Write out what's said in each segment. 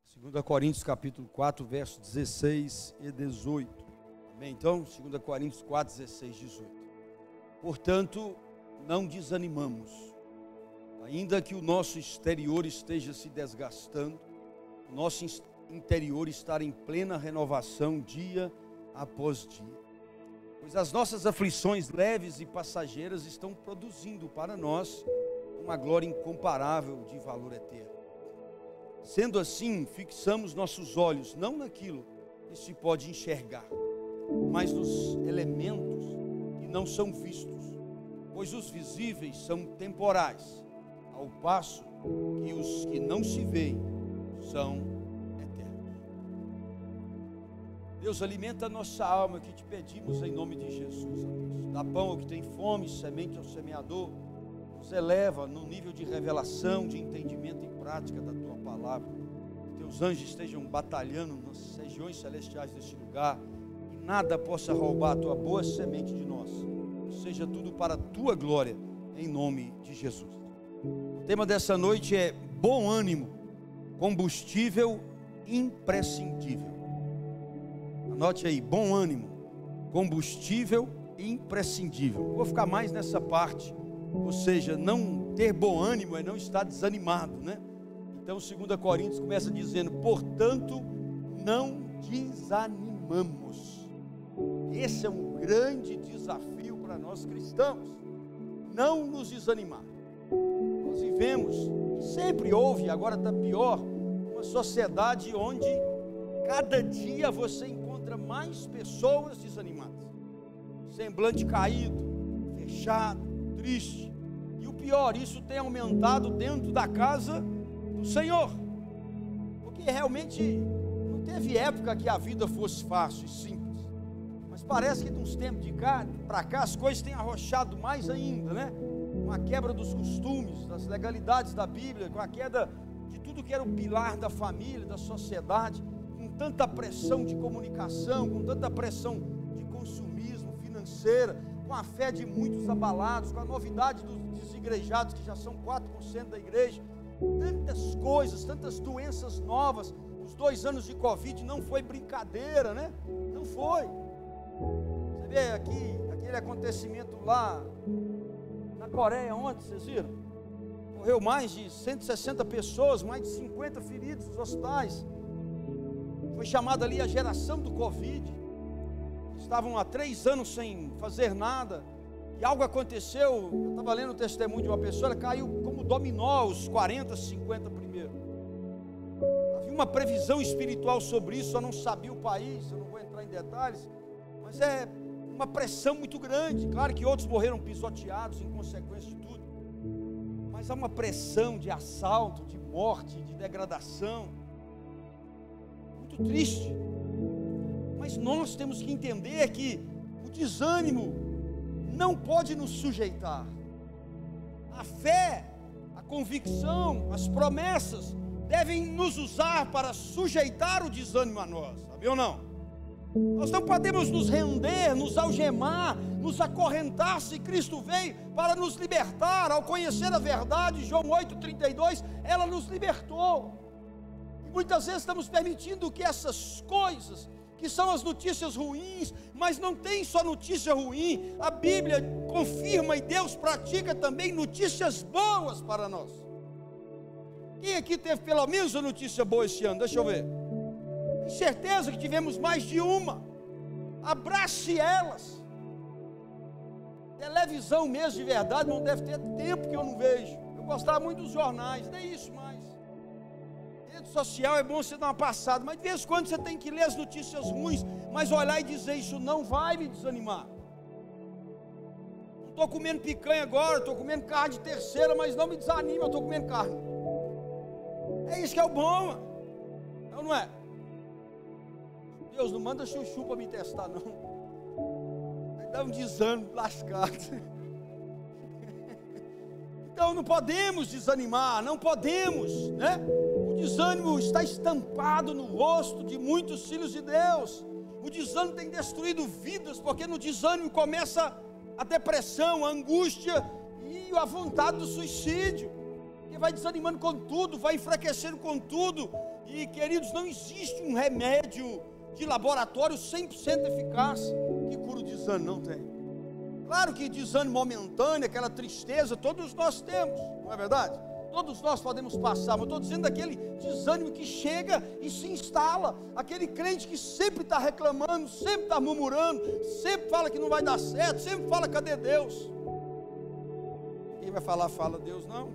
2 Coríntios capítulo 4, versos 16 e 18. Amém? Então, 2 Coríntios 4, 16 e 18. Portanto, não desanimamos, ainda que o nosso exterior esteja se desgastando, o nosso interior está em plena renovação dia após dia. Pois as nossas aflições leves e passageiras estão produzindo para nós uma glória incomparável de valor eterno. Sendo assim, fixamos nossos olhos não naquilo que se pode enxergar, mas nos elementos que não são vistos, pois os visíveis são temporais, ao passo que os que não se veem são eternos. Deus, alimenta a nossa alma, que te pedimos em nome de Jesus. Dá pão ao que tem fome, semente ao semeador. Nos eleva no nível de revelação, de entendimento e prática da tua palavra. Que teus anjos estejam batalhando nas regiões celestiais deste lugar, e nada possa roubar a tua boa semente de nós. Seja tudo para a tua glória, em nome de Jesus. O tema dessa noite é bom ânimo, combustível imprescindível. Anote aí, bom ânimo, combustível imprescindível. Vou ficar mais nessa parte. Ou seja, não ter bom ânimo é não estar desanimado, né? Então 2 Coríntios começa dizendo: portanto, não desanimamos. Esse é um grande desafio para nós cristãos, não nos desanimar. Nós vivemos, sempre houve, agora está pior, uma sociedade onde cada dia você encontra mais pessoas desanimadas, semblante caído, fechado, triste. E o pior, isso tem aumentado dentro da casa do Senhor, porque realmente não teve época que a vida fosse fácil e simples, mas parece que de uns tempos de cá para cá as coisas têm arrochado mais ainda, né? Com a quebra dos costumes, das legalidades da Bíblia, com a queda de tudo que era o pilar da família, da sociedade, com tanta pressão de comunicação, com tanta pressão de consumismo financeira, com a fé de muitos abalados, com a novidade dos desigrejados, que já são 4% da igreja, tantas coisas, tantas doenças novas. Os 2 anos de Covid não foi brincadeira, né? Não foi. Você vê aqui, aquele acontecimento lá na Coreia ontem, vocês viram? Morreu mais de 160 pessoas, mais de 50 feridos nos hospitais. Foi chamada ali a geração do Covid. Estavam há 3 anos sem fazer nada, e algo aconteceu. Eu estava lendo o testemunho de uma pessoa, ela caiu como dominó, os 40, 50 primeiro. Havia uma previsão espiritual sobre isso, eu não sabia o país, eu não vou entrar em detalhes, mas é uma pressão muito grande. Claro que outros morreram pisoteados em consequência de tudo, mas há uma pressão de assalto, de morte, de degradação, muito triste. Mas nós temos que entender que o desânimo não pode nos sujeitar. A fé, a convicção, as promessas devem nos usar para sujeitar o desânimo a nós, sabe ou não? Nós não podemos nos render, nos algemar, nos acorrentar se Cristo veio para nos libertar. Ao conhecer a verdade, João 8,32, ela nos libertou. E muitas vezes estamos permitindo que essas coisas, que são as notícias ruins, mas não tem só notícia ruim, a Bíblia confirma e Deus pratica também notícias boas para nós. Quem aqui teve pelo menos uma notícia boa esse ano? Deixa eu ver. Tenho certeza que tivemos mais de uma. Abrace elas. Televisão mesmo de verdade, não deve ter tempo que eu não vejo. Eu gostava muito dos jornais, nem isso mais. Rede social é bom você dar uma passada, mas de vez em quando você tem que ler as notícias ruins, mas olhar e dizer: isso não vai me desanimar. Não estou comendo picanha agora, estou comendo carne de terceira, mas não me desanima, eu estou comendo carne. É isso que é o bom, não, não é? Deus, não manda chuchu para me testar, não. Vai dar um desânimo lascado. Então não podemos desanimar, não podemos, né? O desânimo está estampado no rosto de muitos filhos de Deus. O desânimo tem destruído vidas, porque no desânimo começa a depressão, a angústia e a vontade do suicídio. Porque vai desanimando com tudo, vai enfraquecendo com tudo, E, queridos, não existe um remédio de laboratório 100% eficaz que cura o desânimo, não tem. Claro que desânimo momentâneo, aquela tristeza, todos nós temos, não é verdade? Todos nós podemos passar, mas estou dizendo daquele desânimo que chega e se instala, aquele crente que sempre está reclamando, sempre está murmurando, sempre fala que não vai dar certo, sempre fala, cadê Deus? Quem vai falar, fala Deus, não.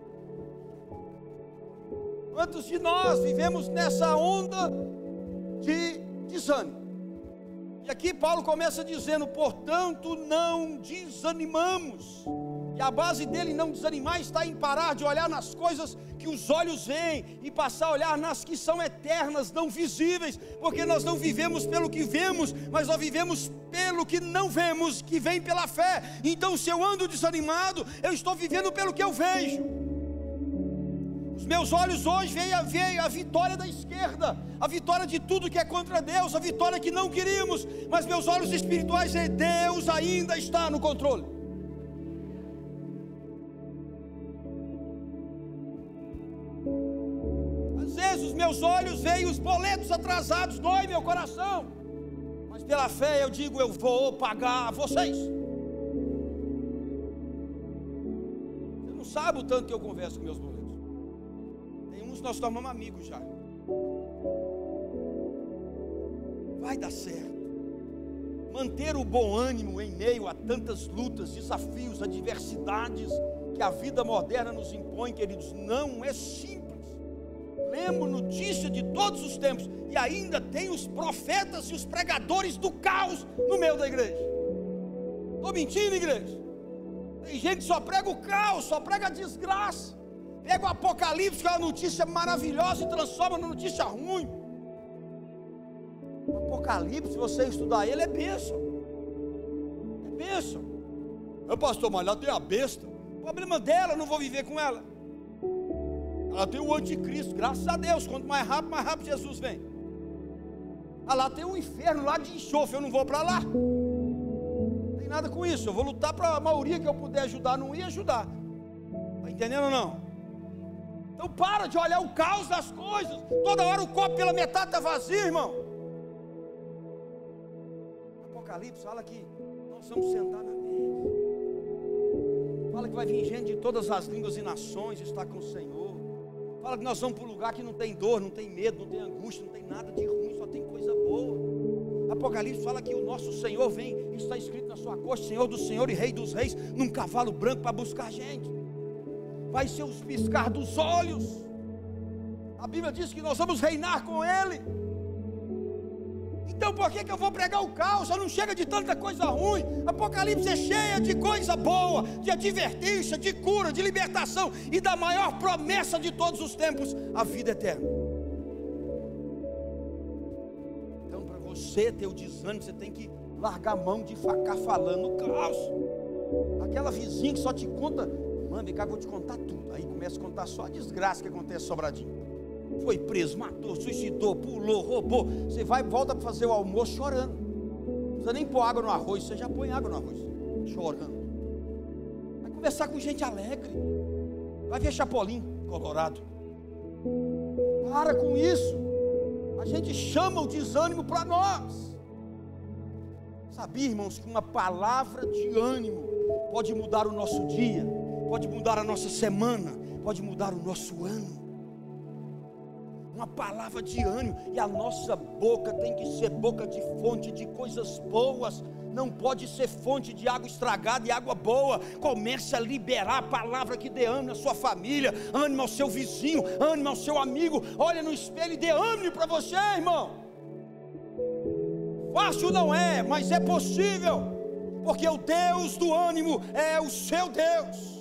Quantos de nós vivemos nessa onda de desânimo? E aqui Paulo começa dizendo, portanto não desanimamos. E a base dele não desanimar está em parar de olhar nas coisas que os olhos veem e passar a olhar nas que são eternas, não visíveis, porque nós não vivemos pelo que vemos, mas nós vivemos pelo que não vemos, que vem pela fé. Então se eu ando desanimado, eu estou vivendo pelo que eu vejo. Os meus olhos hoje veem a vitória da esquerda, a vitória de tudo que é contra Deus, a vitória que não queríamos, mas meus olhos espirituais veem, Deus ainda está no controle. Às vezes os meus olhos veem os boletos atrasados, dói meu coração, mas pela fé eu digo, eu vou pagar a vocês. Você não sabe o tanto que eu converso com meus boletos. Nós tornamos amigos já. Vai dar certo. Manter o bom ânimo em meio a tantas lutas, desafios, adversidades que a vida moderna nos impõe, queridos, não é simples. Lemos notícia de todos os tempos e ainda tem os profetas e os pregadores do caos no meio da igreja. Estou mentindo, igreja? Tem gente que só prega o caos, só prega a desgraça. Pega o Apocalipse, que é uma notícia maravilhosa, e transforma numa notícia ruim. O Apocalipse, se você estudar ele, é bênção. É bênção. Pastor, mas lá tem a besta. O problema dela, eu não vou viver com ela. Ela tem o anticristo, graças a Deus. Quanto mais rápido Jesus vem. Lá tem o inferno lá de enxofre, eu não vou para lá. Não tem nada com isso. Eu vou lutar para a maioria que eu puder ajudar, não ia ajudar. Está entendendo ou não? Então para de olhar o caos das coisas. Toda hora o copo pela metade está vazio, irmão. Apocalipse fala que nós vamos sentar na mesa. Fala que vai vir gente de todas as línguas e nações estar com o Senhor. Fala que nós vamos para um lugar que não tem dor, não tem medo, não tem angústia, não tem nada de ruim, só tem coisa boa. Apocalipse fala que o nosso Senhor vem, está escrito na sua coxa, Senhor do Senhor e Rei dos Reis, num cavalo branco para buscar a gente. Vai ser os piscar dos olhos. A Bíblia diz que nós vamos reinar com Ele. Então por que eu vou pregar o caos? Já não chega de tanta coisa ruim. Apocalipse é cheia de coisa boa, de advertência, de cura, de libertação e da maior promessa de todos os tempos, a vida eterna. Então para você ter o desânimo, você tem que largar a mão de ficar falando o caos. Aquela vizinha que só te conta, mano, vem cá que eu vou te contar tudo. Aí começa a contar só a desgraça que acontece em Sobradinho. Foi preso, matou, suicidou, pulou, roubou. Você vai e volta para fazer o almoço chorando. Não precisa nem pôr água no arroz, você já põe água no arroz, chorando. Vai conversar com gente alegre. Vai ver Chapolin, Colorado. Para com isso. A gente chama o desânimo para nós. Sabia, irmãos, que uma palavra de ânimo pode mudar o nosso dia, pode mudar a nossa semana, pode mudar o nosso ano. Uma palavra de ânimo, e a nossa boca tem que ser boca de fonte de coisas boas, não pode ser fonte de água estragada e água boa. Comece a liberar a palavra que dê ânimo à sua família, ânimo ao seu vizinho, ânimo ao seu amigo. Olha no espelho e dê ânimo para você, irmão. Fácil não é, mas é possível, porque o Deus do ânimo é o seu Deus.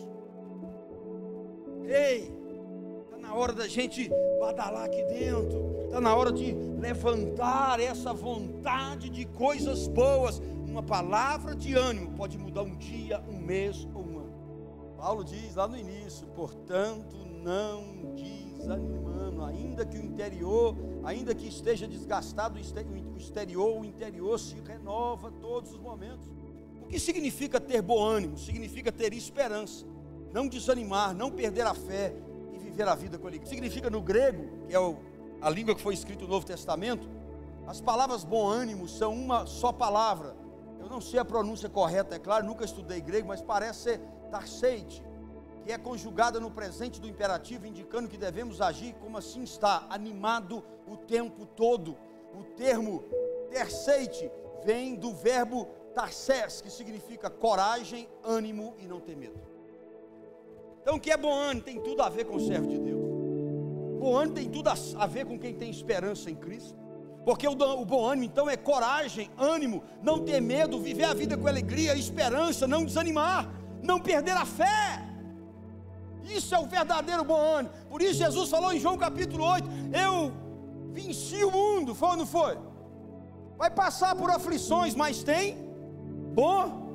Ei, está na hora da gente badalar aqui dentro, está na hora de levantar essa vontade de coisas boas. Uma palavra de ânimo pode mudar um dia, um mês ou um ano. Paulo diz lá no início, portanto não desanimando, ainda que o interior, ainda que esteja desgastado o interior se renova todos os momentos. O que significa ter bom ânimo? Significa ter esperança, não desanimar, não perder a fé e viver a vida com alegria. Significa no grego, que é a língua que foi escrito o Novo Testamento, as palavras bom ânimo são uma só palavra. Eu não sei a pronúncia correta, é claro, nunca estudei grego, mas parece ser tarseite, que é conjugada no presente do imperativo, indicando que devemos agir como assim está, animado o tempo todo. O termo terseite vem do verbo tarses, que significa coragem, ânimo e não ter medo. Então o que é bom ânimo? Tem tudo a ver com o servo de Deus. Bom ânimo tem tudo a ver com quem tem esperança em Cristo. Porque o bom ânimo então é coragem, ânimo, não ter medo, viver a vida com alegria, esperança, não desanimar, não perder a fé. Isso é o verdadeiro bom ânimo. Por isso Jesus falou em João capítulo 8, eu venci o mundo, foi ou não foi? Vai passar por aflições, mas tem bom ânimo.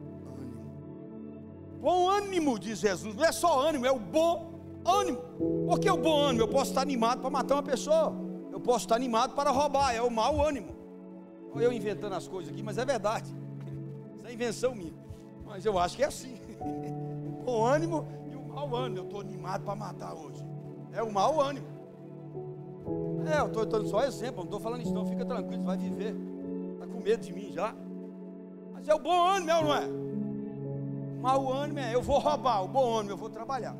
Bom ânimo, diz Jesus, não é só ânimo, é o bom ânimo. Porque o bom ânimo, eu posso estar animado para matar uma pessoa, eu posso estar animado para roubar, é o mau ânimo. Olha eu inventando as coisas aqui, mas é verdade, isso é invenção minha, mas eu acho que é assim. O bom ânimo e o mau ânimo, eu estou animado para matar hoje, é o mau ânimo. Eu estou dando só exemplo, não estou falando isso não, fica tranquilo, você vai viver, está com medo de mim já, mas é o bom ânimo, é ou não é? O mau ânimo é, eu vou roubar, o bom ânimo, eu vou trabalhar.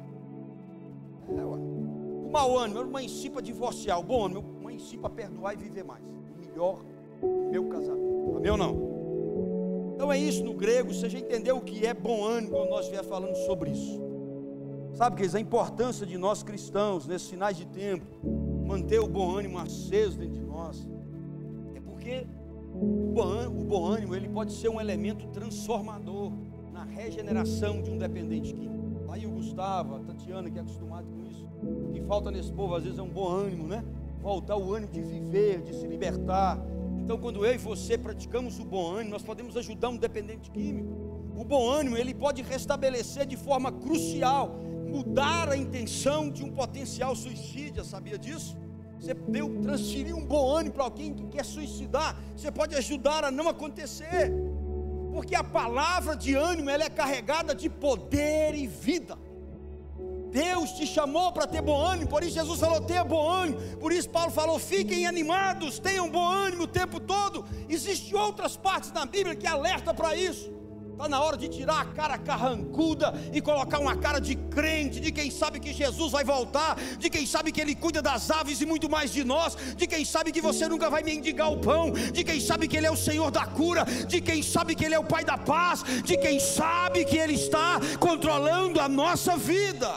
O mau ânimo é uma ensina para divorciar, o bom ânimo é uma ensina para perdoar e viver mais, o melhor meu casamento, amém ou não? Então é isso no grego, você já entendeu o que é bom ânimo quando nós estiver falando sobre isso. Sabe, queridos, a importância de nós cristãos, nesses finais de tempo, manter o bom ânimo aceso dentro de nós, é porque o bom ânimo, ele pode ser um elemento transformador na regeneração de um dependente químico. Aí o Gustavo, a Tatiana, que é acostumado com isso, o que falta nesse povo às vezes é um bom ânimo, né? Voltar o ânimo de viver, de se libertar. Então quando eu e você praticamos o bom ânimo, nós podemos ajudar um dependente químico. O bom ânimo, ele pode restabelecer de forma crucial, mudar a intenção de um potencial suicida, sabia disso? Você transferir um bom ânimo para alguém que quer suicidar, você pode ajudar a não acontecer, porque a palavra de ânimo, ela é carregada de poder e vida. Deus te chamou para ter bom ânimo, por isso Jesus falou, tenha bom ânimo, por isso Paulo falou, fiquem animados, tenham bom ânimo o tempo todo. Existem outras partes na Bíblia que alertam para isso. Está na hora de tirar a cara carrancuda e colocar uma cara de crente, de quem sabe que Jesus vai voltar, de quem sabe que Ele cuida das aves e muito mais de nós, de quem sabe que você nunca vai mendigar o pão, de quem sabe que Ele é o Senhor da cura, de quem sabe que Ele é o Pai da paz, de quem sabe que Ele está controlando a nossa vida.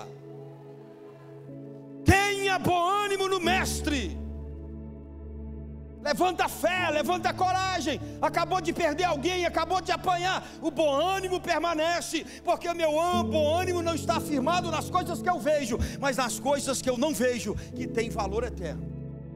Tenha bom ânimo no Mestre. Levanta a fé, levanta a coragem. Acabou de perder alguém, acabou de apanhar, o bom ânimo permanece, porque o meu bom ânimo não está firmado nas coisas que eu vejo, mas nas coisas que eu não vejo, que tem valor eterno.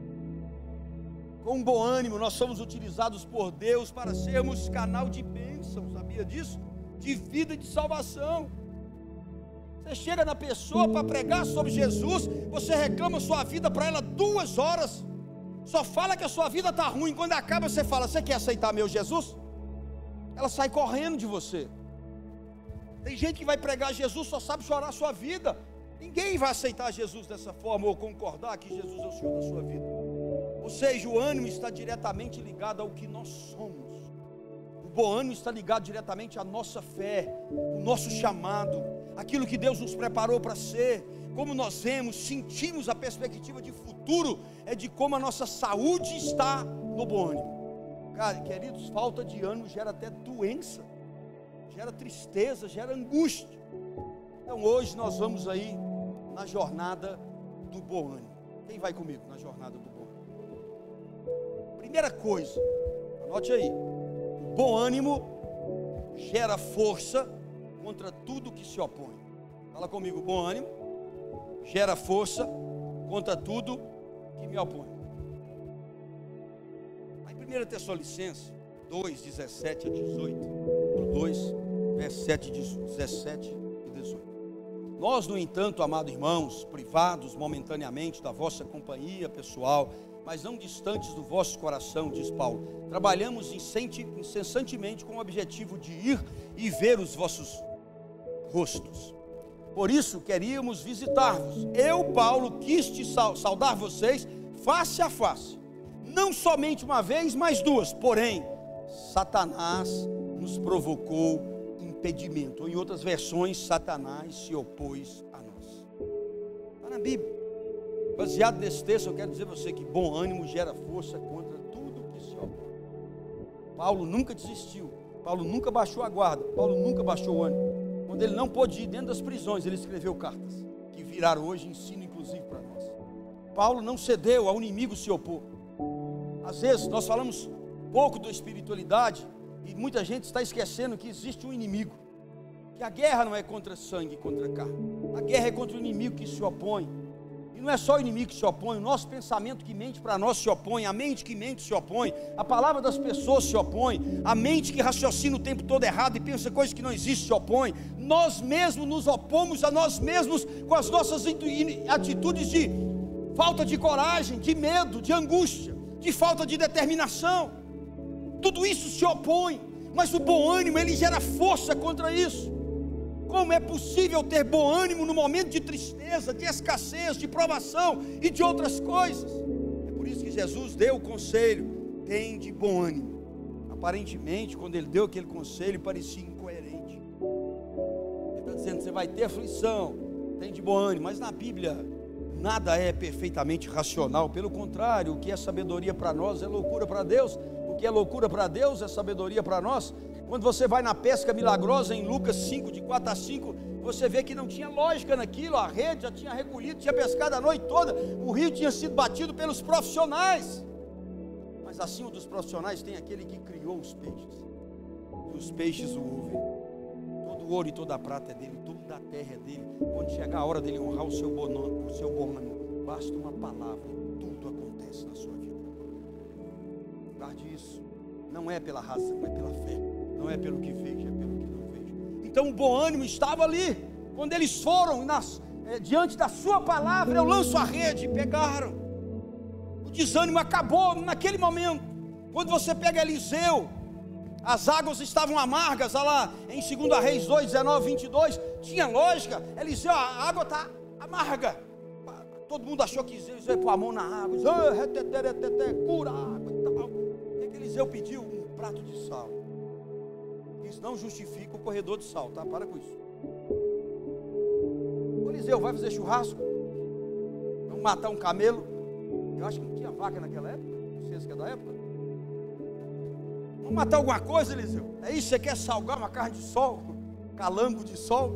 Com bom ânimo nós somos utilizados por Deus para sermos canal de bênção, sabia disso? De vida e de salvação. Você chega na pessoa para pregar sobre Jesus, você reclama sua vida para ela 2 horas, só fala que a sua vida está ruim, quando acaba você fala, você quer aceitar meu Jesus? Ela sai correndo de você. Tem gente que vai pregar Jesus, só sabe chorar a sua vida. Ninguém vai aceitar Jesus dessa forma, ou concordar que Jesus é o Senhor da sua vida. Ou seja, o ânimo está diretamente ligado ao que nós somos. O bom ânimo está ligado diretamente à nossa fé, o nosso chamado, aquilo que Deus nos preparou para ser. Como nós vemos, sentimos a perspectiva de futuro, é de como a nossa saúde está no bom ânimo. Cara, queridos, falta de ânimo gera até doença, gera tristeza, gera angústia. Então hoje nós vamos aí na jornada do bom ânimo. Quem vai comigo na jornada do bom ânimo? Primeira coisa, anote aí, o bom ânimo gera força contra tudo que se opõe. Fala comigo, bom ânimo gera força contra tudo que me opõe. Aí 1 Tessalonicenses 2, 17 a 18, 2, versículos 17 e 18. Nós, no entanto, amados irmãos, privados momentaneamente da vossa companhia pessoal, mas não distantes do vosso coração, diz Paulo, trabalhamos incessantemente com o objetivo de ir e ver os vossos rostos. Por isso queríamos visitar-vos. Eu, Paulo, quis te saudar vocês face a face, não somente uma vez, mas duas. Porém, Satanás nos provocou impedimento, ou em outras versões, Satanás se opôs a nós. Está na Bíblia. Baseado nesse texto, eu quero dizer a você que bom ânimo gera força contra tudo que se opõe. Paulo nunca desistiu, Paulo nunca baixou a guarda, Paulo nunca baixou o ânimo. Quando ele não pôde ir dentro das prisões, ele escreveu cartas, que viraram hoje ensino inclusive para nós. Paulo não cedeu ao inimigo se opor. Às vezes nós falamos pouco da espiritualidade e muita gente está esquecendo que existe um inimigo, que a guerra não é contra sangue e contra carne, a guerra é contra o inimigo que se opõe. E não é só o inimigo que se opõe, o nosso pensamento que mente para nós se opõe, a mente que mente se opõe, a palavra das pessoas se opõe, a mente que raciocina o tempo todo errado e pensa coisas que não existem se opõe. Nós mesmos nos opomos a nós mesmos com as nossas atitudes de falta de coragem, de medo, de angústia, de falta de determinação. Tudo isso se opõe, mas o bom ânimo, ele gera força contra isso. Como é possível ter bom ânimo no momento de tristeza, de escassez, de provação e de outras coisas? É por isso que Jesus deu o conselho: tem de bom ânimo. Aparentemente, quando ele deu aquele conselho, parecia incoerente. Ele está dizendo: você vai ter aflição, tem de bom ânimo. Mas na Bíblia, nada é perfeitamente racional. Pelo contrário, o que é sabedoria para nós é loucura para Deus. O que é loucura para Deus é sabedoria para nós. Quando você vai na pesca milagrosa em Lucas 5, de 4 a 5, você vê que não tinha lógica naquilo. A rede já tinha recolhido, tinha pescado a noite toda, o rio tinha sido batido pelos profissionais. Mas acima dos profissionais tem aquele que criou os peixes, e os peixes o ouvem. Todo o ouro e toda a prata é dele, tudo da terra é dele. Quando chegar a hora dele honrar o seu bom ânimo, basta uma palavra e tudo acontece na sua vida. Guarde isso. Não é pela razão, é pela fé. Não é pelo que vejo, é pelo que não vejo. Então o bom ânimo estava ali. Quando eles foram diante da sua palavra, eu lanço a rede, pegaram. O desânimo acabou naquele momento. Quando você pega Eliseu, as águas estavam amargas, olha lá em 2 Reis 2, 19, 22, tinha lógica. Eliseu, a água está amarga. Todo mundo achou que Eliseu ia pôr a mão na água, cura a água e tal. O que Eliseu pediu? Um prato de sal. Isso não justifica o corredor de sal, tá? Para com isso. O Eliseu vai fazer churrasco? Vamos matar um camelo? Eu acho que não tinha vaca naquela época. Não sei se é da época. Vamos matar alguma coisa, Eliseu? É isso? Você quer salgar uma carne de sol? Calango de sol?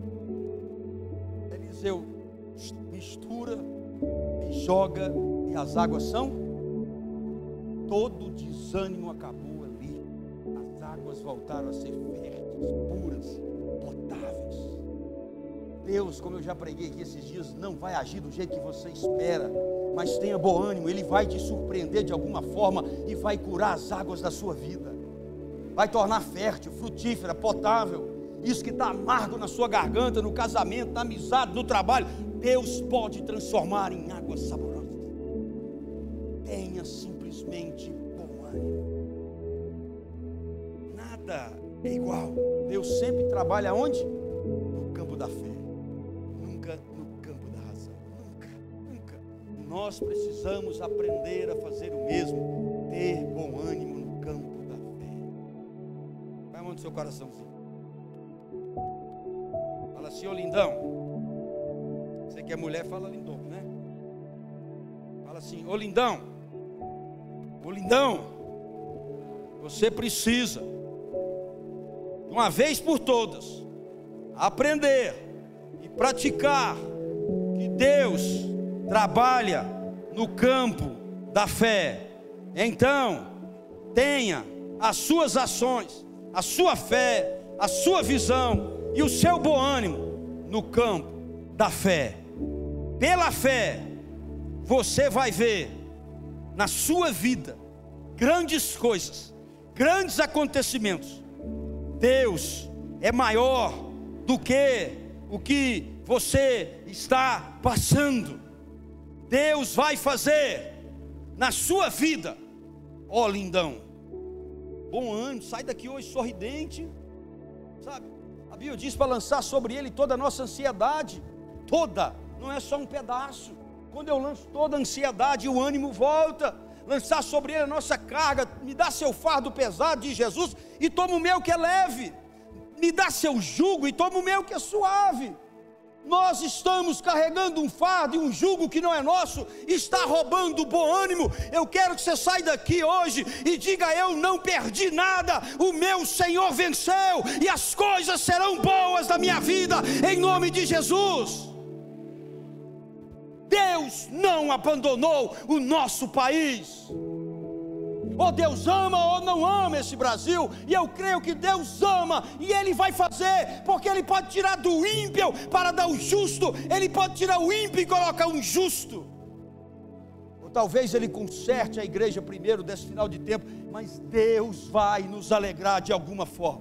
Eliseu mistura e joga, e as águas são. Todo desânimo acabou ali. As águas voltaram a ser férteis, puras, potáveis. Deus, como eu já preguei aqui esses dias, não vai agir do jeito que você espera, mas tenha bom ânimo. Ele vai te surpreender de alguma forma e vai curar as águas da sua vida, vai tornar fértil, frutífera, potável. Isso que está amargo na sua garganta, no casamento, na amizade, no trabalho, Deus pode transformar em águas saborosas. Tenha simplesmente bom ânimo. Nada é igual. Deus sempre trabalha onde? No campo da fé, nunca no campo da razão. Nunca. Nós precisamos aprender a fazer o mesmo, ter bom ânimo no campo da fé. Vai a mão do seu coraçãozinho. Fala assim: ô lindão. Você que é mulher, fala lindão, né? Fala assim: ô lindão. Ô lindão, você precisa, de uma vez por todas, aprender e praticar que Deus trabalha no campo da fé. Então, tenha as suas ações, a sua fé, a sua visão e o seu bom ânimo no campo da fé. Pela fé, você vai ver na sua vida grandes coisas, grandes acontecimentos. Deus é maior do que o que você está passando. Deus vai fazer na sua vida. Ó lindão, bom ânimo, sai daqui hoje sorridente, sabe? A Bíblia diz para lançar sobre ele toda a nossa ansiedade, toda, não é só um pedaço. quando eu lanço toda a ansiedade, o ânimo volta. Lançar sobre ele a nossa carga, me dá seu fardo pesado, diz Jesus, e toma o meu que é leve. Me dá seu jugo e toma o meu que é suave. Nós estamos carregando um fardo e um jugo que não é nosso, está roubando o bom ânimo. Eu quero que você saia daqui hoje e diga: eu não perdi nada, o meu Senhor venceu, e as coisas serão boas na minha vida, em nome de Jesus. Deus não abandonou o nosso país. Ou Deus ama ou não ama esse Brasil, e eu creio que Deus ama, e Ele vai fazer, porque Ele pode tirar do ímpio para dar o justo, Ele pode tirar o ímpio e colocar um justo. Ou talvez Ele conserte a igreja primeiro desse final de tempo, mas Deus vai nos alegrar de alguma forma.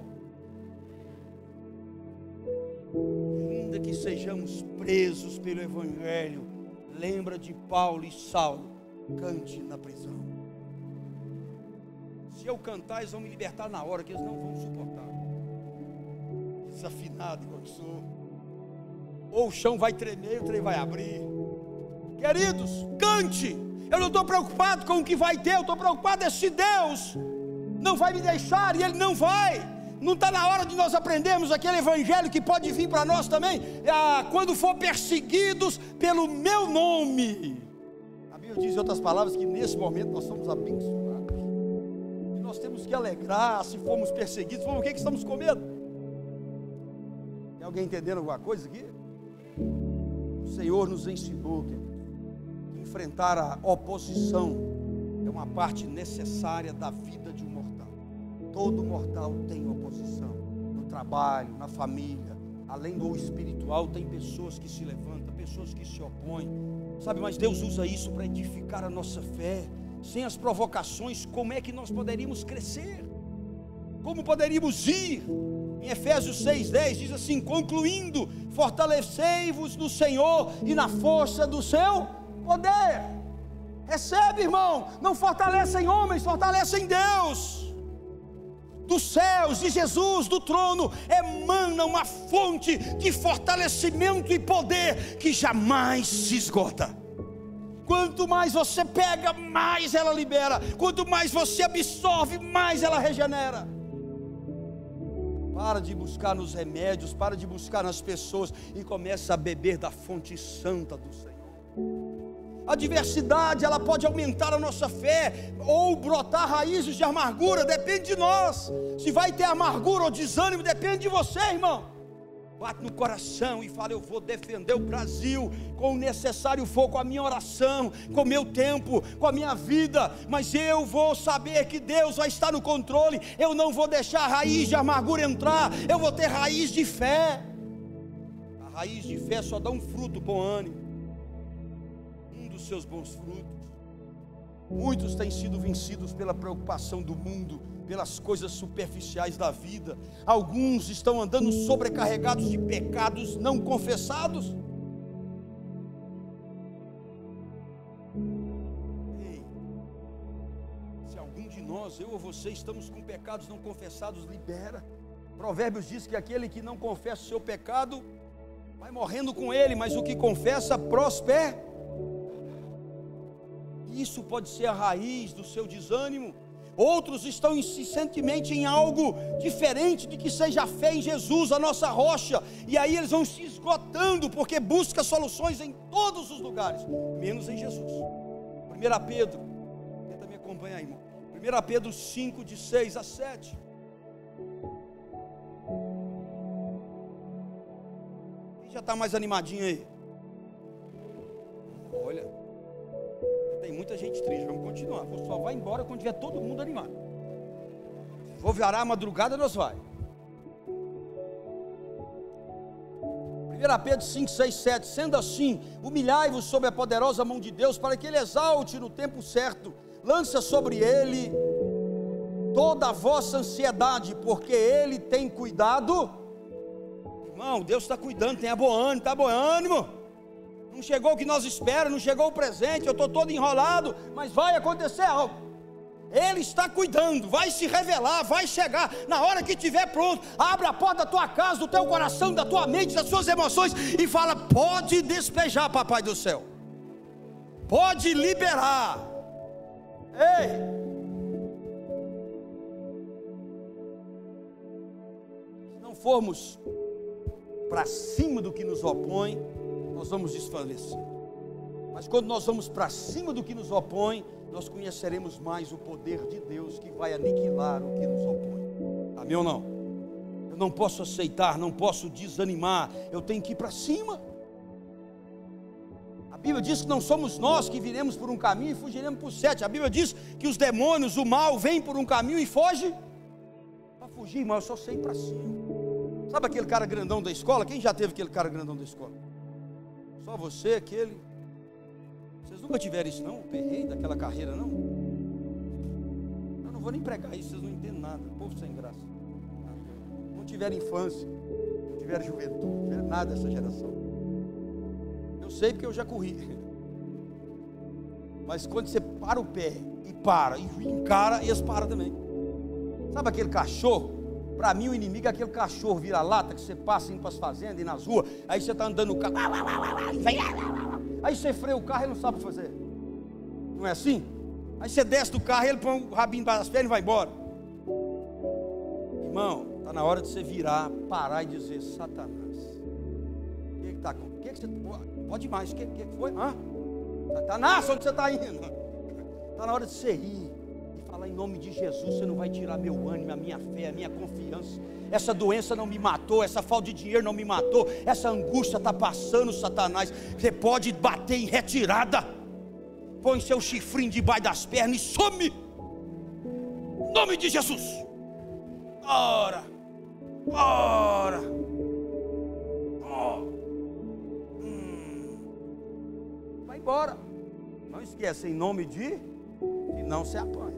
Ainda que sejamos presos pelo Evangelho, lembra de Paulo e Saulo, cante na prisão. Se eu cantar, eles vão me libertar na hora, que eles não vão suportar. Desafinado igual que sou. Ou o chão vai tremer, o trem vai abrir. Queridos, cante. Eu não estou preocupado com o que vai ter, eu estou preocupado se Deus não vai me deixar, e Ele não vai. Não está na hora de nós aprendermos aquele evangelho que pode vir para nós também, quando for perseguidos pelo meu nome. A Bíblia diz em outras palavras que nesse momento nós somos abençoados. Nós temos que alegrar se formos perseguidos. Por que estamos com medo? Tem alguém entendendo alguma coisa aqui? O Senhor nos ensinou que enfrentar a oposição é uma parte necessária da vida de um mortal. Todo mortal tem oposição, no trabalho, na família, além do espiritual, tem pessoas que se levantam, pessoas que se opõem, sabe, mas Deus usa isso para edificar a nossa fé. Sem as provocações, como é que nós poderíamos crescer? Como poderíamos ir? Em Efésios 6:10 diz assim: concluindo, fortalecei-vos no Senhor e na força do seu poder. Recebe, irmão, não fortalece em homens, fortalece em Deus. Dos céus, de Jesus, do trono, emana uma fonte de fortalecimento e poder que jamais se esgota. Quanto mais você pega, mais ela libera. Quanto mais você absorve, mais ela regenera. Para de buscar nos remédios, para de buscar nas pessoas e começa a beber da fonte santa do Senhor. A adversidade, ela pode aumentar a nossa fé ou brotar raízes de amargura, depende de nós. Se vai ter amargura ou desânimo, depende de você, irmão. Bate no coração e fala: eu vou defender o Brasil com o necessário for, com a minha oração, com o meu tempo, com a minha vida, mas eu vou saber que Deus vai estar no controle. Eu não vou deixar a raiz de amargura entrar, eu vou ter raiz de fé. A raiz de fé só dá um fruto, bom ânimo, um dos seus bons frutos. Muitos têm sido vencidos pela preocupação do mundo, pelas coisas superficiais da vida. Alguns estão andando sobrecarregados de pecados não confessados. Ei, se algum de nós, eu ou você, estamos com pecados não confessados, libera. Provérbios diz que aquele que não confessa o seu pecado vai morrendo com ele, mas o que confessa prospera. Isso pode ser a raiz do seu desânimo. Outros estão insistentemente em algo diferente de que seja a fé em Jesus, a nossa rocha, e aí eles vão se esgotando, porque busca soluções em todos os lugares, menos em Jesus. 1 Pedro, tenta me acompanhar aí, irmão. 1 Pedro 5, de 6 a 7. Quem já está mais animadinho aí? Olha, tem muita gente triste, vamos continuar. Só vai embora quando tiver todo mundo animado. Vou virar a madrugada, nós vai. 1 Pedro 5, 6, 7. Sendo assim, humilhai-vos sob a poderosa mão de Deus, para que Ele exalte no tempo certo. Lança sobre Ele toda a vossa ansiedade, porque Ele tem cuidado. Irmão, Deus está cuidando, tenha bom ânimo, está bom ânimo. Não chegou o que nós esperamos, não chegou o presente, eu estou todo enrolado, mas vai acontecer algo. Ele está cuidando, vai se revelar, vai chegar. Na hora que estiver pronto, abre a porta da tua casa, do teu coração, da tua mente, das suas emoções e fala: pode despejar, papai do céu. Pode liberar. Ei! Se não formos para cima do que nos opõe, nós vamos desfalecer. Mas quando nós vamos para cima do que nos opõe, nós conheceremos mais o poder de Deus que vai aniquilar o que nos opõe. Amém ou não? Eu não posso aceitar, não posso desanimar, eu tenho que ir para cima. A Bíblia diz que não somos nós que viremos por um caminho e fugiremos por 7. A Bíblia diz que os demônios, o mal, vêm por um caminho e foge. Para fugir, irmão, eu só sei ir para cima. Sabe aquele cara grandão da escola? Quem já teve aquele cara grandão da escola? Só você, aquele. Vocês nunca tiveram isso não? O perreio daquela carreira não? Eu não vou nem pregar isso, vocês não entendem nada. Povo sem graça. Não tiveram infância, não tiveram juventude, não tiveram nada dessa geração. Eu sei porque eu já corri. Mas quando você para o pé e para, e encara, eles param também. Sabe aquele cachorro? Para mim o inimigo é aquele cachorro vira-lata que você passa indo para as fazendas e nas ruas. Aí você está andando no carro, aí você freia o carro e ele não sabe o que fazer. Não é assim? Aí você desce do carro, ele põe o rabinho para as pernas e vai embora. Irmão, está na hora de você virar, parar e dizer: Satanás, o que está acontecendo? O que você pode mais? O que foi? Satanás, onde você está indo? Está na hora de você ir e falar: em nome de Jesus, você não vai tirar meu ânimo, a minha fé, a minha confiança. Essa doença não me matou, essa falta de dinheiro não me matou, essa angústia está passando, Satanás. Você pode bater em retirada. Põe seu chifrinho debaixo das pernas e some. Em nome de Jesus. Ora. Vai embora. Não esqueça, em nome de, e não se apanha.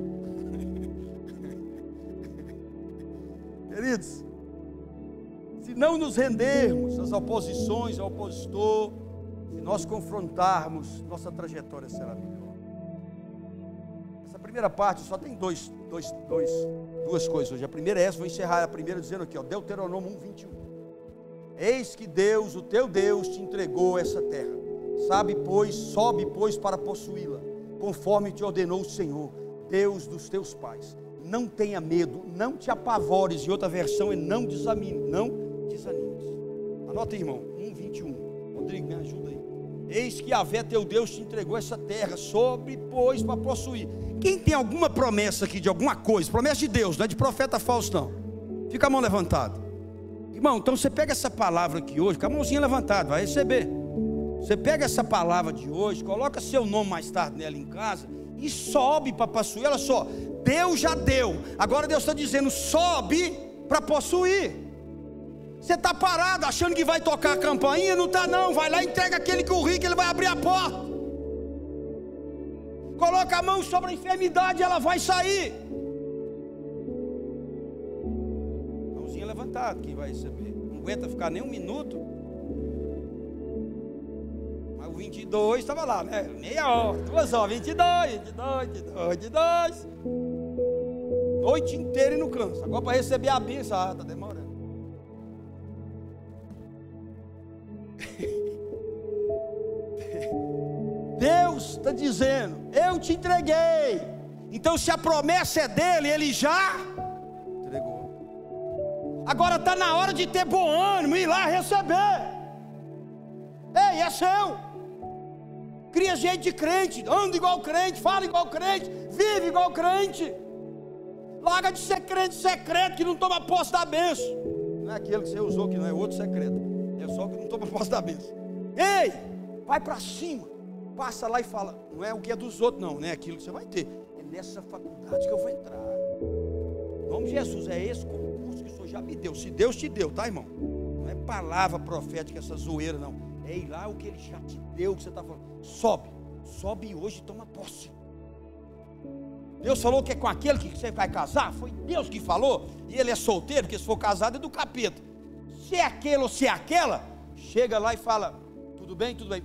Queridos, se não nos rendermos às oposições, ao opositor, se nós confrontarmos, nossa trajetória será melhor. Essa primeira parte só tem duas coisas hoje. A primeira é essa, vou encerrar a primeira dizendo aqui, Deuteronômio 1:21. Eis que Deus, o teu Deus, te entregou essa terra. Sobe, pois, para possuí-la, conforme te ordenou o Senhor, Deus dos teus pais. Não tenha medo, não te apavores. E outra versão é não desanimes. Anota aí, irmão, 1:21. Rodrigo, me ajuda aí. Eis que Yahvé teu Deus te entregou essa terra, sobe, pois, para possuir. Quem tem alguma promessa aqui de alguma coisa, promessa de Deus, não é de profeta falso não, fica a mão levantada. Irmão, então você pega essa palavra aqui hoje, com a mãozinha levantada, vai receber. Você pega essa palavra de hoje, coloca seu nome mais tarde nela em casa e sobe para possuir. Olha só, Deus já deu, agora Deus está dizendo: sobe para possuir. Você está parado achando que vai tocar a campainha? Não está não, vai lá e entrega aquele currículo, ele vai abrir a porta. Coloca a mão sobre a enfermidade, ela vai sair. Mãozinha levantada, quem vai receber? Não aguenta ficar nem um minuto. Mas o 22 estava lá, né? Meia hora, 2 horas, 22. Noite inteira e não cansa. Agora para receber a bênção, está demorando. Deus está dizendo: eu te entreguei. Então se a promessa é dele, ele já entregou. Agora está na hora de ter bom ânimo, ir lá receber. Ei, é seu. Cria gente de crente, anda igual crente, fala igual crente, vive igual crente. Larga de ser crente secreto que não toma posse da bênção. Não é aquele que você usou, que não é outro secreto, é só que não toma posse da bênção. Ei, vai para cima, passa lá e fala: não é o que é dos outros não, não é aquilo que você vai ter, é nessa faculdade que eu vou entrar. Em nome de Jesus, é esse concurso que o Senhor já me deu. Se Deus te deu, tá, irmão? Não é palavra profética, essa zoeira não. É ir lá o que Ele já te deu, o que você está falando. Sobe hoje e toma posse. Deus falou que é com aquele que você vai casar. Foi Deus que falou. E ele é solteiro, porque se for casado é do capeta. Se é aquele ou se é aquela, chega lá e fala: tudo bem, tudo bem.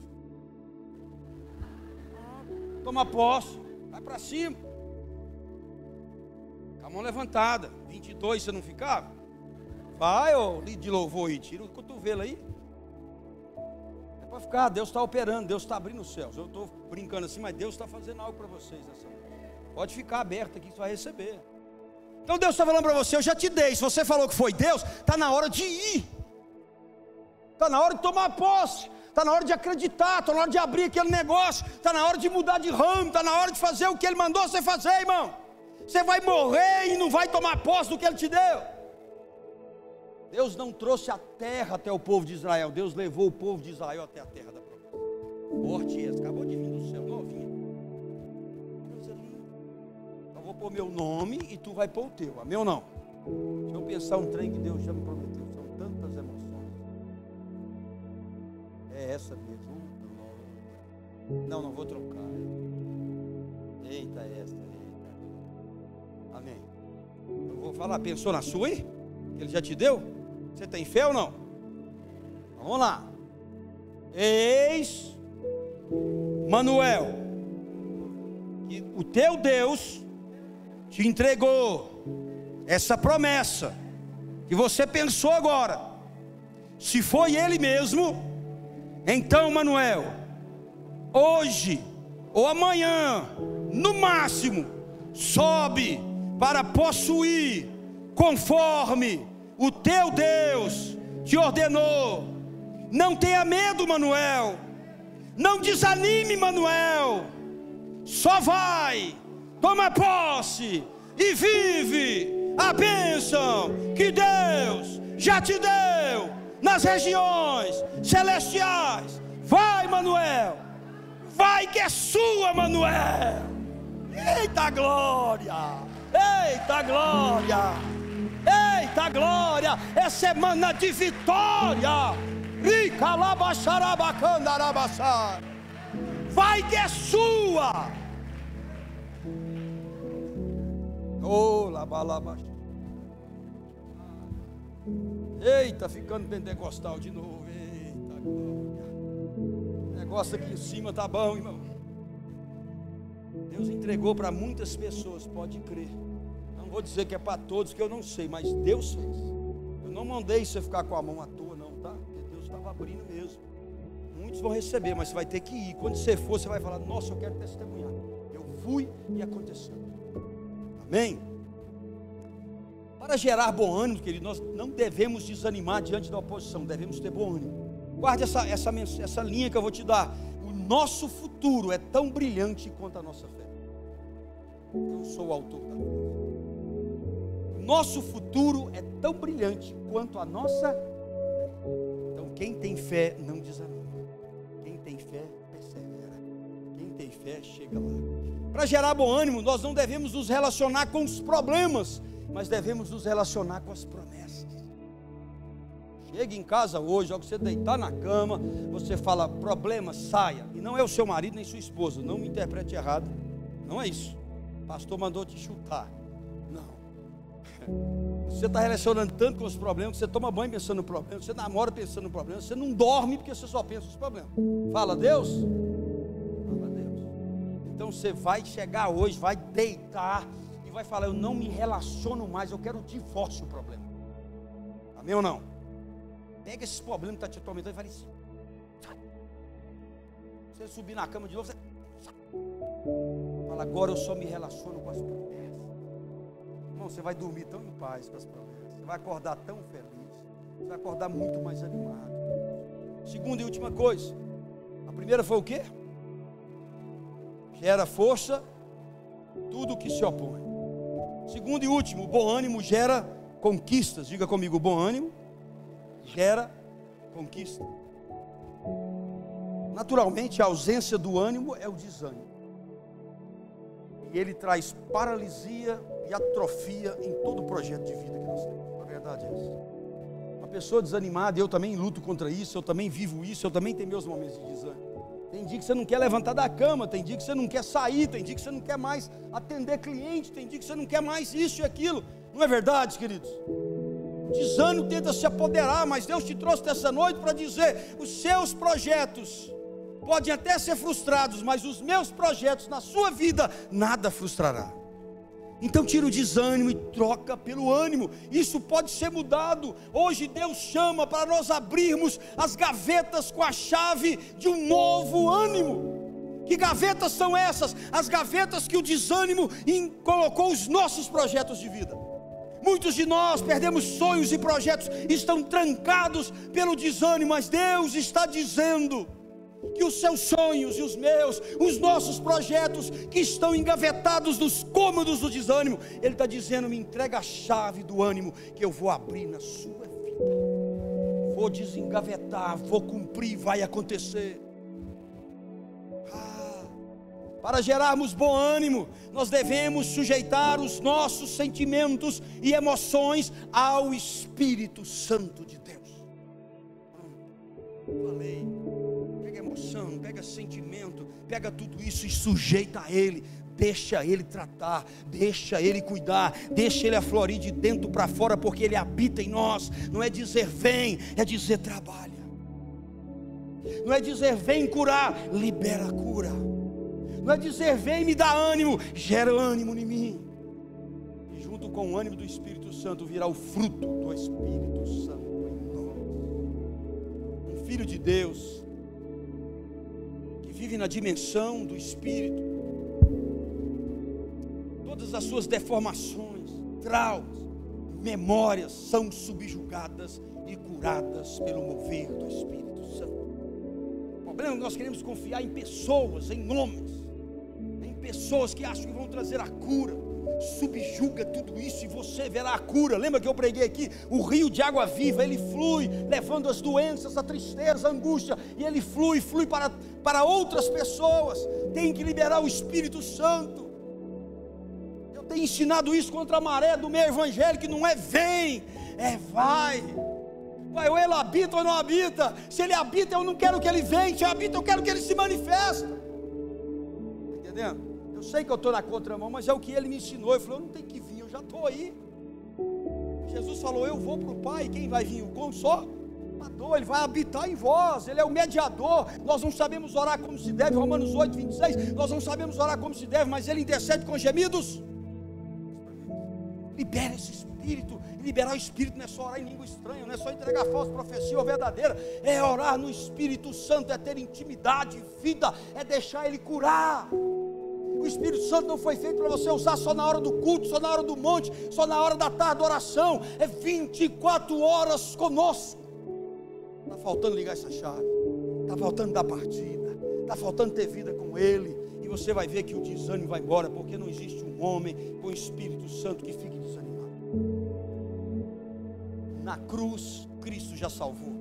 Toma posse, vai para cima. Com a mão levantada. 22 você não ficava? Vai, ô de louvor aí, tira o cotovelo aí. É para Pode ficar, Deus está operando, Deus está abrindo os céus. Eu estou brincando assim, mas Deus está fazendo algo para vocês nessa noite. Pode ficar aberto aqui que você vai receber. Então Deus está falando para você, eu já te dei. Se você falou que foi Deus, está na hora de ir. Está na hora de tomar posse. Está na hora de acreditar, está na hora de abrir aquele negócio. Está na hora de mudar de ramo, está na hora de fazer o que Ele mandou você fazer, irmão. Você vai morrer e não vai tomar posse do que Ele te deu. Deus não trouxe a terra até o povo de Israel. Deus levou o povo de Israel até a terra da promessa. Forte esse, acabou de vir do céu, novinho. Eu vou pôr meu nome e tu vai pôr o teu, amém ou não? Deixa eu pensar um trem que Deus já me prometeu. São tantas emoções. É essa mesmo. Não vou trocar. Eita, essa. Amém. Eu vou falar, pensou na sua aí? Que Ele já te deu? Você tem fé ou não? Vamos lá. Eis, Manuel, que o teu Deus te entregou essa promessa que você pensou agora. Se foi Ele mesmo, então, Manuel, hoje ou amanhã, no máximo, sobe para possuir conforme o teu Deus te ordenou. Não tenha medo, Manuel. Não desanime, Manuel. Só vai, toma posse e vive a bênção que Deus já te deu nas regiões celestiais. Vai, Manuel. Vai que é sua, Manuel. Eita glória. Eita glória. Eita glória. É semana de vitória. Vai que é sua. Eita, ficando pentecostal de novo. Eita glória. O negócio aqui em cima tá bom, irmão. Deus entregou para muitas pessoas, pode crer. Não vou dizer que é para todos, que eu não sei, mas Deus fez. Eu não mandei você ficar com a mão à toa, não, tá? Porque Deus estava abrindo mesmo. Muitos vão receber, mas você vai ter que ir. Quando você for, você vai falar: nossa, eu quero testemunhar. Eu fui e aconteceu. Amém? Para gerar bom ânimo, querido, nós não devemos desanimar diante da oposição, devemos ter bom ânimo. Guarde essa linha que eu vou te dar. O nosso futuro é tão brilhante quanto a nossa fé. Eu sou o autor da fé. Nosso futuro é tão brilhante quanto a nossa fé. Então quem tem fé não desanima. Quem tem fé persevera. Quem tem fé chega lá. Para gerar bom ânimo, nós não devemos nos relacionar com os problemas, mas devemos nos relacionar com as promessas. Chega em casa hoje, ao que você deitar na cama, você fala: problema, saia. E não é o seu marido nem sua esposa, não me interprete errado. Não é isso. O pastor mandou te chutar. Não. Você está relacionando tanto com os problemas que você toma banho pensando no problema, você namora pensando no problema, você não dorme porque você só pensa nos problemas. Fala Deus? Fala Deus. Então você vai chegar hoje, vai deitar e vai falar: eu não me relaciono mais, eu quero o divórcio do problema. Amém ou não? Pega esses problemas que estão te atormentando e fala assim: sai. Você subir na cama de novo, você sai. Fala: agora eu só me relaciono com as promessas. Irmão, você vai dormir tão em paz com as promessas. Você vai acordar tão feliz. Você vai acordar muito mais animado. Segunda e última coisa. A primeira foi o quê? Gera força tudo que se opõe. Segundo e último, o bom ânimo gera conquistas. Diga comigo: o bom ânimo gera conquista. Naturalmente, a ausência do ânimo é o desânimo. E ele traz paralisia e atrofia em todo o projeto de vida que nós temos. A verdade é essa. Uma pessoa desanimada, eu também luto contra isso, eu também vivo isso, eu também tenho meus momentos de desânimo. Tem dia que você não quer levantar da cama, tem dia que você não quer sair, tem dia que você não quer mais atender cliente, tem dia que você não quer mais isso e aquilo. Não é verdade, queridos? O desânimo tenta se apoderar, mas Deus te trouxe dessa noite para dizer: os seus projetos podem até ser frustrados, mas os meus projetos na sua vida nada frustrará. Então tira o desânimo e troca pelo ânimo. Isso pode ser mudado. Hoje Deus chama para nós abrirmos as gavetas com a chave de um novo ânimo. Que gavetas são essas? As gavetas que o desânimo colocou os nossos projetos de vida. Muitos de nós perdemos sonhos e projetos, estão trancados pelo desânimo, mas Deus está dizendo que os seus sonhos e os meus, os nossos projetos que estão engavetados nos cômodos do desânimo, Ele está dizendo: me entrega a chave do ânimo, que eu vou abrir na sua vida, vou desengavetar, vou cumprir, vai acontecer. Para gerarmos bom ânimo, nós devemos sujeitar os nossos sentimentos e emoções ao Espírito Santo de Deus. Falei, pega emoção, pega sentimento, pega tudo isso e sujeita a Ele. Deixa Ele tratar, deixa Ele cuidar, deixa Ele aflorir de dentro para fora, porque Ele habita em nós. Não é dizer vem, é dizer trabalha. Não é dizer vem curar, libera a cura. Não é dizer vem me dar ânimo, gera ânimo em mim. E junto com o ânimo do Espírito Santo virá o fruto do Espírito Santo em nós. Um filho de Deus que vive na dimensão do Espírito, todas as suas deformações, traumas, memórias são subjugadas e curadas pelo mover do Espírito Santo. O problema é que nós queremos confiar em pessoas, em homens, em pessoas que acham que vão trazer a cura. Subjuga tudo isso e você verá a cura. Lembra que eu preguei aqui? O rio de água viva, ele flui, levando as doenças, a tristeza, a angústia, e ele flui para outras pessoas. Tem que liberar o Espírito Santo. Eu tenho ensinado isso contra a maré do meio evangélico, que não é vem, é vai. Vai, ou ele habita ou não habita. Se ele habita, eu não quero que ele venha. Se ele habita, eu quero que ele se manifeste. Está entendendo? Eu sei que eu estou na contramão, mas é o que ele me ensinou. Ele falou: eu não tenho que vir, eu já estou aí. Jesus falou: eu vou para o Pai, quem vai vir? O Consolador. Ele vai habitar em vós, Ele é o mediador. Nós não sabemos orar como se deve, Romanos 8, 26. Nós não sabemos orar como se deve, mas Ele intercede com gemidos. Libera esse Espírito. Liberar o Espírito não é só orar em língua estranha, não é só entregar falsa profecia ou verdadeira, é orar no Espírito Santo, é ter intimidade, vida, é deixar Ele curar. O Espírito Santo não foi feito para você usar só na hora do culto, só na hora do monte, só na hora da tarde da oração. É 24 horas conosco. Está faltando ligar essa chave, está faltando dar partida, está faltando ter vida com Ele. E você vai ver que o desânimo vai embora, porque não existe um homem com o Espírito Santo que fique desanimado. Na cruz, Cristo já salvou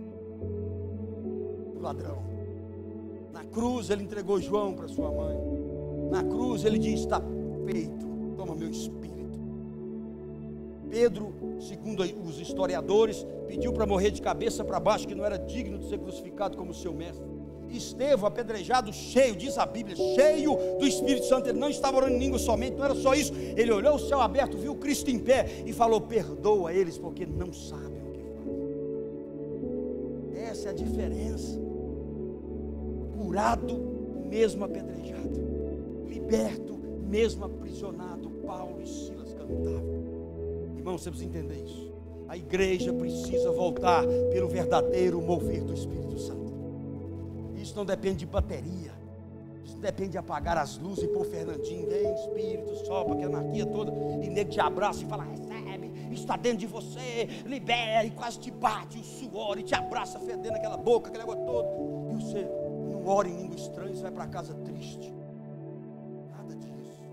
o ladrão. Na cruz Ele entregou João para sua mãe. Na cruz Ele diz: está feito, toma meu espírito. Pedro, segundo os historiadores, pediu para morrer de cabeça para baixo, que não era digno de ser crucificado como seu mestre. Estevão, apedrejado, cheio, diz a Bíblia, cheio do Espírito Santo. Ele não estava orando em língua somente, não era só isso. Ele olhou o céu aberto, viu Cristo em pé e falou: perdoa eles, porque não sabem o que fazem. Essa é a diferença. Curado, mesmo apedrejado. Liberto, mesmo aprisionado. Paulo e Silas cantavam. Irmão, você precisa entender isso. A igreja precisa voltar pelo verdadeiro mover do Espírito Santo. Isso não depende de bateria. Isso não depende de apagar as luzes e pôr Fernandinho, vem Espírito, sopra, que anarquia toda, e nego te abraça e fala: recebe, está dentro de você, libera, e quase te bate o suor, e te abraça fedendo aquela boca, aquele negócio todo, e você não ora em língua estranha, você vai para casa triste. Nada disso.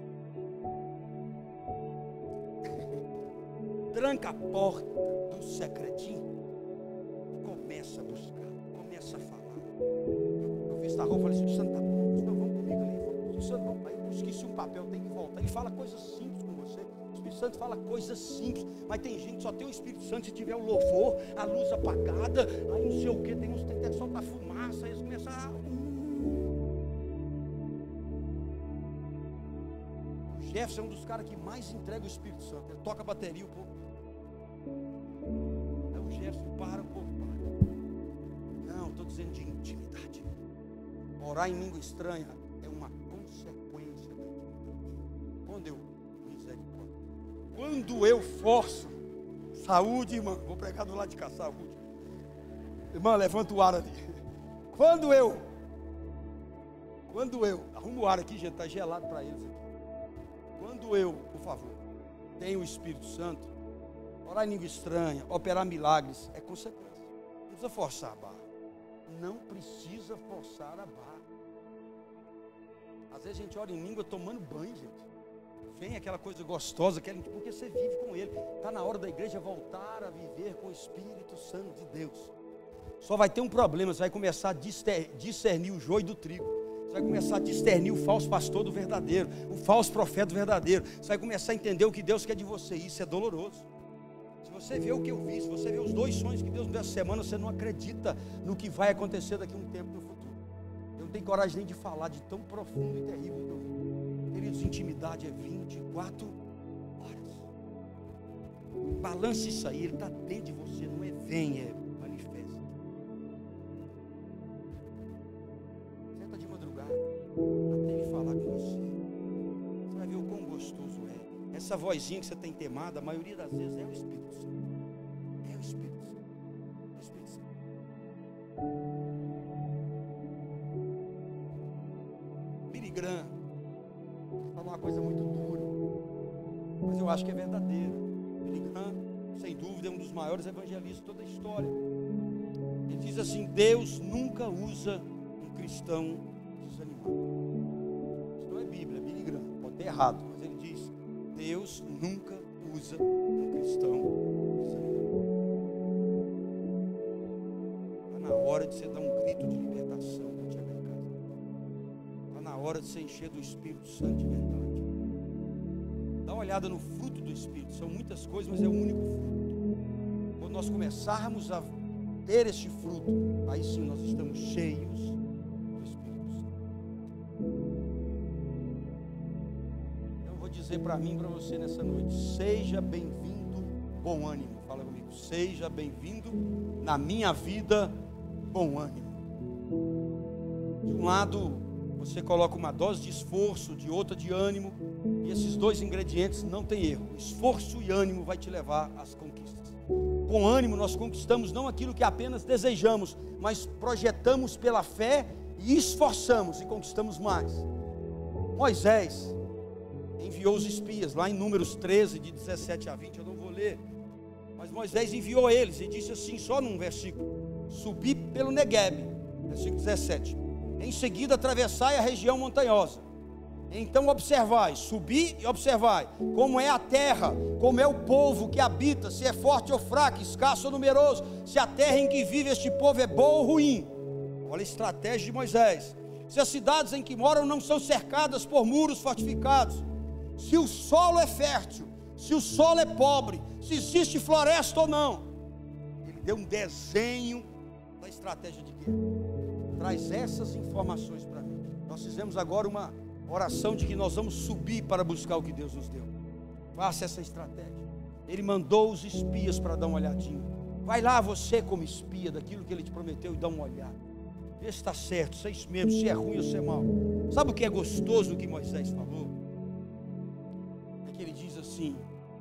Tranca a porta do secretinho e começa a buscar, começa a falar. Eu vi esta roupa, falei: Espírito Santo, tá bom, vamos comigo ali, Espírito Santo, vamos. Aí eu esqueci um papel, tem que voltar. Ele fala coisas simples com você. O Espírito Santo fala coisas simples, mas tem gente que só tem o Espírito Santo se tiver o louvor, a luz apagada, aí não sei o que, tem uns que tem que soltar fumaça, aí eles começam a... O Jefferson é um dos caras que mais entrega o Espírito Santo. Ele toca a bateria, o povo. Aí o Jefferson para, o povo para. Não, estou dizendo de intimidade. Orar em língua estranha é uma consequência da intimidade. Quando eu, misericórdia, Quando eu forço, saúde, irmã, vou pregar do lado de cá, saúde. Irmã, levanta o ar ali. Quando eu, arruma o ar aqui, gente, está gelado para eles aqui. Quando eu, por favor, tenho o Espírito Santo, orar em língua estranha, operar milagres, é consequência. Não precisa forçar a barra. Não precisa forçar a barra. Às vezes a gente ora em língua tomando banho, gente. Vem aquela coisa gostosa, porque você vive com Ele. Está na hora da igreja voltar a viver com o Espírito Santo de Deus. Só vai ter um problema, você vai começar a discernir o joio do trigo. Você vai começar a discernir o falso pastor do verdadeiro, o falso profeta do verdadeiro. Você vai começar a entender o que Deus quer de você. Isso é doloroso. Se você vê o que eu vi, se você vê os 2 sonhos que Deus me deu essa semana, você não acredita no que vai acontecer daqui a um tempo no futuro. Eu não tenho coragem nem de falar de tão profundo e terrível que eu vi. Queridos, intimidade é 24 horas. Balance isso aí, ele está dentro de você, não é vem, é manifesta. Senta de madrugada, até ele falar com você. Você vai ver o quão gostoso é. Essa vozinha que você tem temada, a maioria das vezes é o Espírito Santo. É o Espírito Santo. É o Espírito Santo. Billy Graham falou uma coisa muito dura, mas eu acho que é verdadeira. Billy Graham, sem dúvida, é um dos maiores evangelistas de toda a história. Ele diz assim: Deus nunca usa um cristão desanimado. Isso não é Bíblia, é Billy Graham, pode ter errado, mas ele diz: Deus nunca usa um cristão desanimado. Está na hora de você dar um grito de libertação quando chegar em casa. Está na hora de você encher do Espírito Santo de verdade. Dá uma olhada no fruto do Espírito. São muitas coisas, mas é o único fruto. Quando nós começarmos a ter este fruto, aí sim nós estamos cheios do Espírito Santo. Eu vou dizer para mim e para você nessa noite: seja bem-vindo, bom ânimo. Fala comigo: seja bem-vindo na minha vida, bom ânimo. De um lado, você coloca uma dose de esforço, de outra de ânimo, e esses 2 ingredientes não tem erro. Esforço e ânimo vai te levar às conquistas. Com ânimo nós conquistamos não aquilo que apenas desejamos, mas projetamos pela fé e esforçamos e conquistamos mais. Moisés enviou os espias, lá em Números 13, de 17 a 20, eu não vou ler, mas Moisés enviou eles e disse assim, só num versículo: subi pelo Neguebe, versículo 17, em seguida atravessai a região montanhosa, então observai, subi e observai como é a terra, como é o povo que habita, se é forte ou fraco, escasso ou numeroso, se a terra em que vive este povo é boa ou ruim. Olha a estratégia de Moisés. Se as cidades em que moram não são cercadas por muros fortificados, se o solo é fértil, se o solo é pobre, se existe floresta ou não. Ele deu um desenho da estratégia de guerra. Traz essas informações para mim. Nós fizemos agora uma oração de que nós vamos subir para buscar o que Deus nos deu. Faça essa estratégia. Ele mandou os espias para dar uma olhadinha. Vai lá você como espia daquilo que ele te prometeu e dá uma olhada. Vê se está certo, se é isso mesmo, se é ruim ou se é mal. Sabe o que é gostoso do que Moisés falou? É que ele diz assim: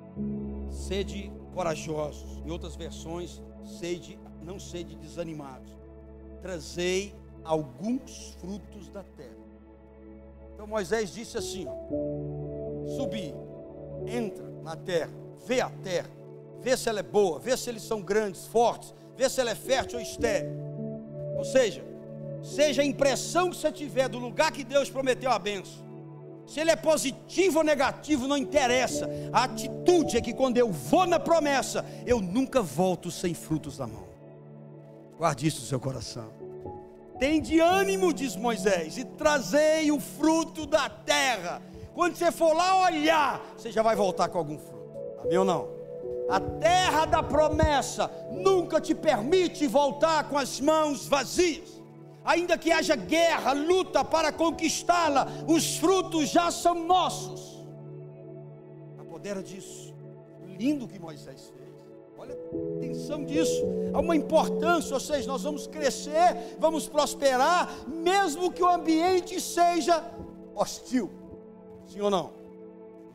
sede corajosos. Em outras versões, não sede desanimados. Trazei alguns frutos da terra. Então Moisés disse assim, subi, entra na terra, vê a terra, vê se ela é boa, vê se eles são grandes, fortes, vê se ela é fértil ou estéril. Ou seja a impressão que você tiver do lugar que Deus prometeu a bênção, se ele é positivo ou negativo, não interessa. A atitude é que quando eu vou na promessa, eu nunca volto sem frutos na mão. Guarde isso no seu coração. Tende ânimo, diz Moisés, e trazei o fruto da terra. Quando você for lá olhar, você já vai voltar com algum fruto. Amém ou não? A terra da promessa nunca te permite voltar com as mãos vazias. Ainda que haja guerra, luta para conquistá-la, os frutos já são nossos. Apodera disso. Lindo que Moisés fez. Olha a atenção disso. Há uma importância, ou seja, nós vamos crescer, vamos prosperar, mesmo que o ambiente seja hostil. Sim ou não?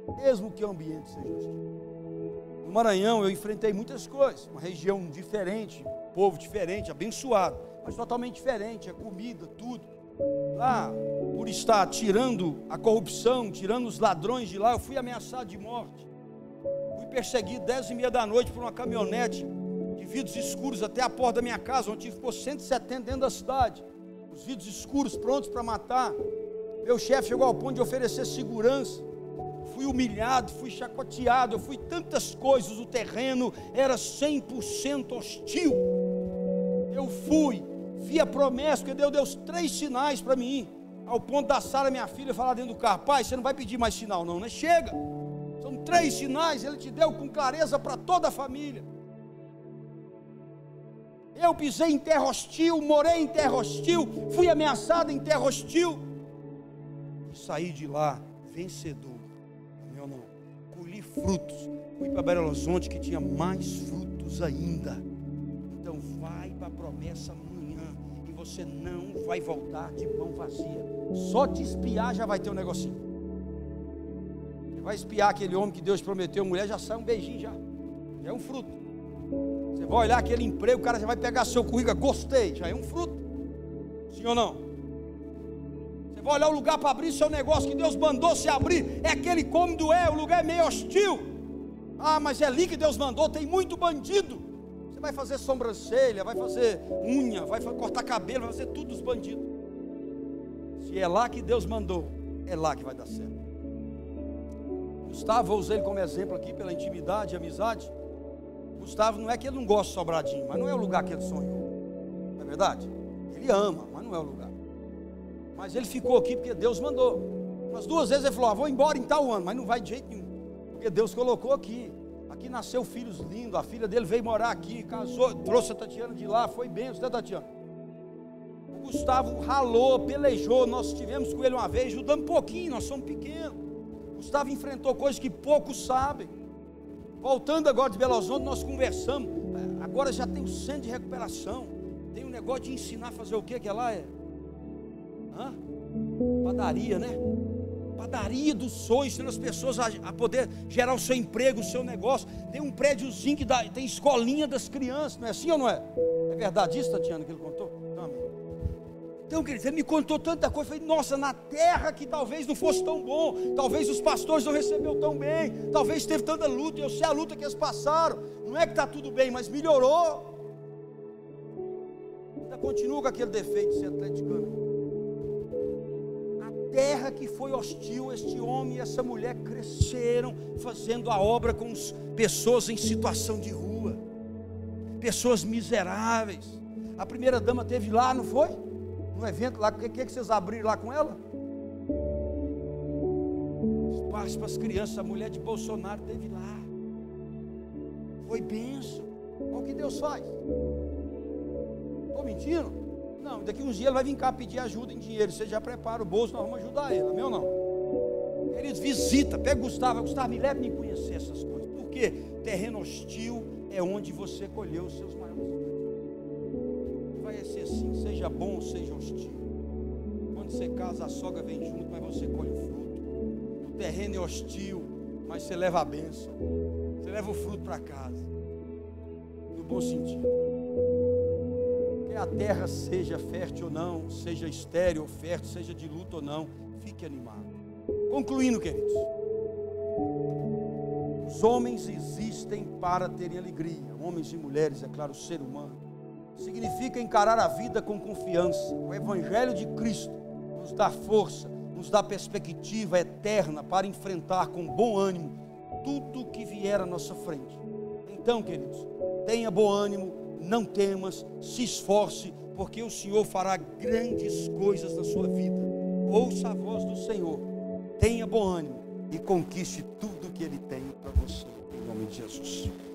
mesmo que o ambiente seja hostil. No Maranhão eu enfrentei muitas coisas, uma região diferente, povo diferente, abençoado, mas totalmente diferente, a comida, tudo. Lá, por estar tirando a corrupção, tirando os ladrões de lá, eu fui ameaçado de morte. Fui perseguido 10h30 da noite por uma caminhonete de vidros escuros até a porta da minha casa, onde ficou 170 dentro da cidade. Os vidros escuros prontos para matar. Meu chefe chegou ao ponto de oferecer segurança. Fui humilhado, fui chacoteado, eu fui tantas coisas, o terreno era 100% hostil. Eu vi a promessa, porque Deus deu 3 sinais para mim ir, ao ponto da Sara, minha filha, falar dentro do carro: pai, você não vai pedir mais sinal não, né? Chega, são 3 sinais, Ele te deu com clareza para toda a família. Eu pisei em terra hostil, morei em terra hostil, fui ameaçado em terra hostil, e saí de lá vencedor. Não, colhi frutos, fui para Belo Horizonte que tinha mais frutos ainda. Então vai para a promessa amanhã, e você não vai voltar de mão vazia. Só de espiar já vai ter um negocinho. Você vai espiar aquele homem que Deus prometeu, mulher, já sai um beijinho, já é um fruto. Você vai olhar aquele emprego, o cara já vai pegar seu currículo, gostei, já é um fruto. Sim ou não? Vai olhar o lugar para abrir seu negócio que Deus mandou se abrir, é aquele cômodo, o lugar é meio hostil. Ah, mas é ali que Deus mandou, tem muito bandido. Você vai fazer sobrancelha, vai fazer unha, vai cortar cabelo, vai fazer tudo os bandidos. Se é lá que Deus mandou, é lá que vai dar certo. Gustavo, vou usar ele como exemplo aqui, pela intimidade e amizade. Gustavo, não é que ele não gosta de Sobradinho, mas não é o lugar que ele sonhou. Não é verdade? Ele ama, mas não é o lugar. Mas ele ficou aqui porque Deus mandou. Umas 2 vezes ele falou: vou embora em tal ano, mas não vai de jeito nenhum, porque Deus colocou aqui. Aqui nasceu filhos lindos, a filha dele veio morar aqui, casou, trouxe a Tatiana de lá, foi bem, né, Tatiana? O Gustavo ralou, pelejou, nós estivemos com ele uma vez, ajudamos um pouquinho, nós somos pequenos. O Gustavo enfrentou coisas que poucos sabem. Voltando agora de Belo Horizonte, nós conversamos. Agora já tem um centro de recuperação, tem um negócio de ensinar a fazer o que lá é? Padaria, né? Padaria dos sonhos, ensinando as pessoas a poder gerar o seu emprego, o seu negócio. Tem um prédiozinho que tem escolinha das crianças, não é assim ou não é? É verdade isso, Tatiana, que ele contou? Não, amigo. Então, querido, ele me contou tanta coisa. Eu falei: nossa, na terra que talvez não fosse tão bom, talvez os pastores não receberam tão bem, talvez teve tanta luta, eu sei a luta que eles passaram. Não é que está tudo bem, mas melhorou. Ainda continua com aquele defeito de ser atleticano. Terra que foi hostil, este homem e essa mulher cresceram fazendo a obra com pessoas em situação de rua, pessoas miseráveis. A primeira dama teve lá, não foi? No evento lá, o que vocês abriram lá com ela? Espaço para as crianças. A mulher de Bolsonaro teve lá, foi bênção. Olha o que Deus faz. Estou mentindo? Não, daqui uns dias ele vai vir cá pedir ajuda em dinheiro. Você já prepara o bolso, nós vamos ajudar ele, amém ou não? Queridos, visita, pega o Gustavo, me leva a me conhecer essas coisas. Por quê? Terreno hostil é onde você colheu os seus maiores frutos. Vai ser assim, seja bom ou seja hostil. Quando você casa, a sogra vem junto, mas você colhe o fruto. O terreno é hostil, mas você leva a bênção. Você leva o fruto para casa. No bom sentido. A terra seja fértil ou não, seja estéril ou fértil, seja de luta ou não, fique animado. Concluindo, queridos, os homens existem para terem alegria, homens e mulheres, é claro, o ser humano. Significa encarar a vida com confiança. O Evangelho de Cristo nos dá força, nos dá perspectiva eterna para enfrentar com bom ânimo tudo que vier à nossa frente. Então, queridos, tenha bom ânimo, não temas, se esforce, porque o Senhor fará grandes coisas na sua vida. Ouça a voz do Senhor, tenha bom ânimo e conquiste tudo que Ele tem para você, em nome de Jesus.